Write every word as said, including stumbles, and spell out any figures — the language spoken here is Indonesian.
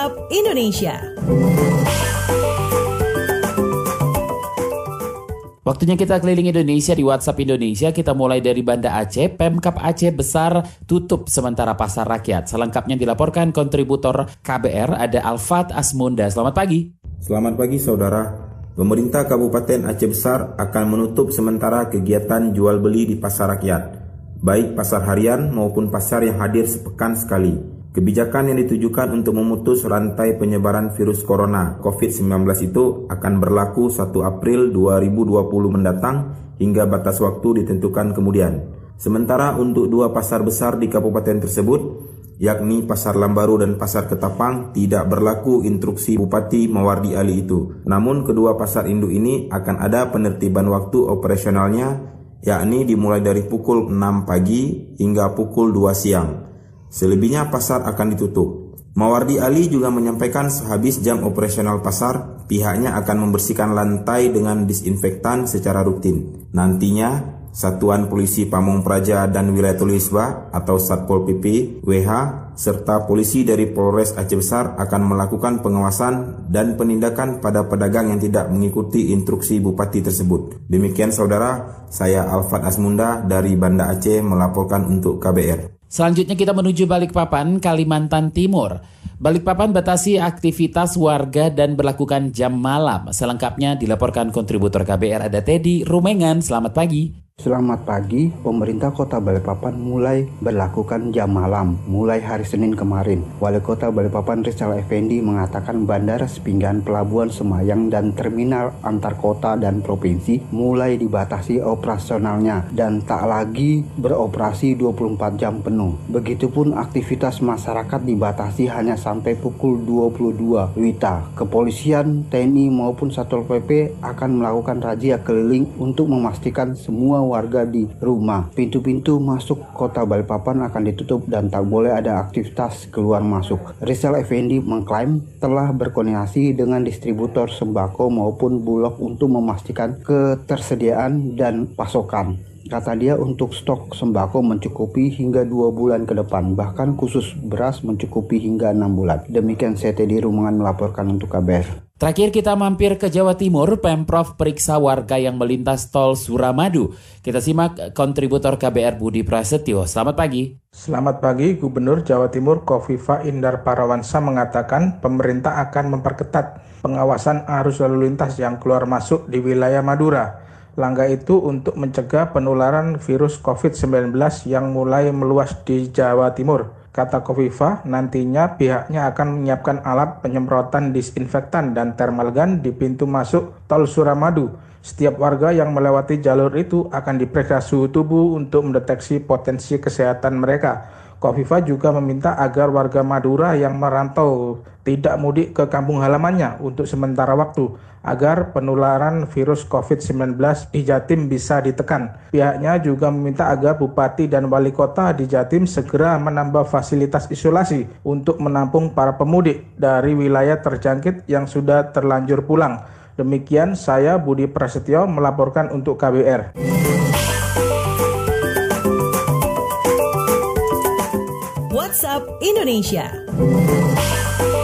WhatsApp Indonesia. Waktunya kita keliling Indonesia di WhatsApp Indonesia. Kita mulai dari Banda Aceh. Pemkab Aceh Besar tutup sementara pasar rakyat. Selengkapnya dilaporkan kontributor K B R ada Alfat Asmunda. Selamat pagi. Selamat pagi saudara. Pemerintah Kabupaten Aceh Besar akan menutup sementara kegiatan jual beli di pasar rakyat, baik pasar harian maupun pasar yang hadir sepekan sekali. Kebijakan yang ditujukan untuk memutus rantai penyebaran virus corona covid sembilan belas itu akan berlaku satu April dua ribu dua puluh mendatang hingga batas waktu ditentukan kemudian. Sementara untuk dua pasar besar di kabupaten tersebut, yakni Pasar Lambaru dan Pasar Ketapang, tidak berlaku instruksi Bupati Mawardi Ali itu. Namun kedua pasar induk ini akan ada penertiban waktu operasionalnya, yakni dimulai dari pukul enam pagi hingga pukul dua siang. Selebihnya pasar akan ditutup. Mawardi Ali juga menyampaikan sehabis jam operasional pasar, pihaknya akan membersihkan lantai dengan disinfektan secara rutin. Nantinya, Satuan Polisi Pamong Praja dan Wilayah Tulisba atau Satpol P P, W H, serta polisi dari Polres Aceh Besar akan melakukan pengawasan dan penindakan pada pedagang yang tidak mengikuti instruksi Bupati tersebut. Demikian saudara, saya Alfat Asmunda dari Banda Aceh melaporkan untuk K B R. Selanjutnya kita menuju Balikpapan, Kalimantan Timur. Balikpapan batasi aktivitas warga dan berlakukan jam malam. Selengkapnya dilaporkan kontributor K B R ada Teddy Rumengan. Selamat pagi. Selamat pagi, pemerintah kota Balikpapan mulai berlakukan jam malam mulai hari Senin kemarin. Wali kota Balikpapan Rizal Effendi mengatakan bandara Sepinggan, Pelabuhan Semayang, dan terminal antar kota dan provinsi mulai dibatasi operasionalnya dan tak lagi beroperasi dua puluh empat jam penuh. Begitupun aktivitas masyarakat dibatasi hanya sampai pukul dua puluh dua wita. Kepolisian, T N I maupun Satpol P P akan melakukan razia keliling untuk memastikan semua warga di rumah. Pintu-pintu masuk kota Balikpapan akan ditutup dan tak boleh ada aktivitas keluar masuk. Rizal Effendi mengklaim telah berkoordinasi dengan distributor sembako maupun Bulog untuk memastikan ketersediaan dan pasokan. Kata dia untuk stok sembako mencukupi hingga dua bulan ke depan, bahkan khusus beras mencukupi hingga enam bulan. Demikian saya Teddy Rumengan melaporkan untuk K B R. Terakhir kita mampir ke Jawa Timur, Pemprov periksa warga yang melintas tol Suramadu. Kita simak kontributor K B R Budi Prasetyo. Selamat pagi. Selamat pagi, Gubernur Jawa Timur Kofifa Indar Parawansa mengatakan pemerintah akan memperketat pengawasan arus lalu lintas yang keluar masuk di wilayah Madura. Langkah itu untuk mencegah penularan virus covid sembilan belas yang mulai meluas di Jawa Timur. Kata Kofifa, nantinya pihaknya akan menyiapkan alat penyemprotan disinfektan dan thermal gun di pintu masuk tol Suramadu. Setiap warga yang melewati jalur itu akan diperiksa suhu tubuh untuk mendeteksi potensi kesehatan mereka. Kofifa juga meminta agar warga Madura yang merantau tidak mudik ke kampung halamannya untuk sementara waktu, agar penularan virus covid sembilan belas di Jatim bisa ditekan. Pihaknya juga meminta agar Bupati dan Wali Kota di Jatim segera menambah fasilitas isolasi untuk menampung para pemudik dari wilayah terjangkit yang sudah terlanjur pulang. Demikian saya Budi Prasetyo melaporkan untuk K B R. WhatsApp Indonesia.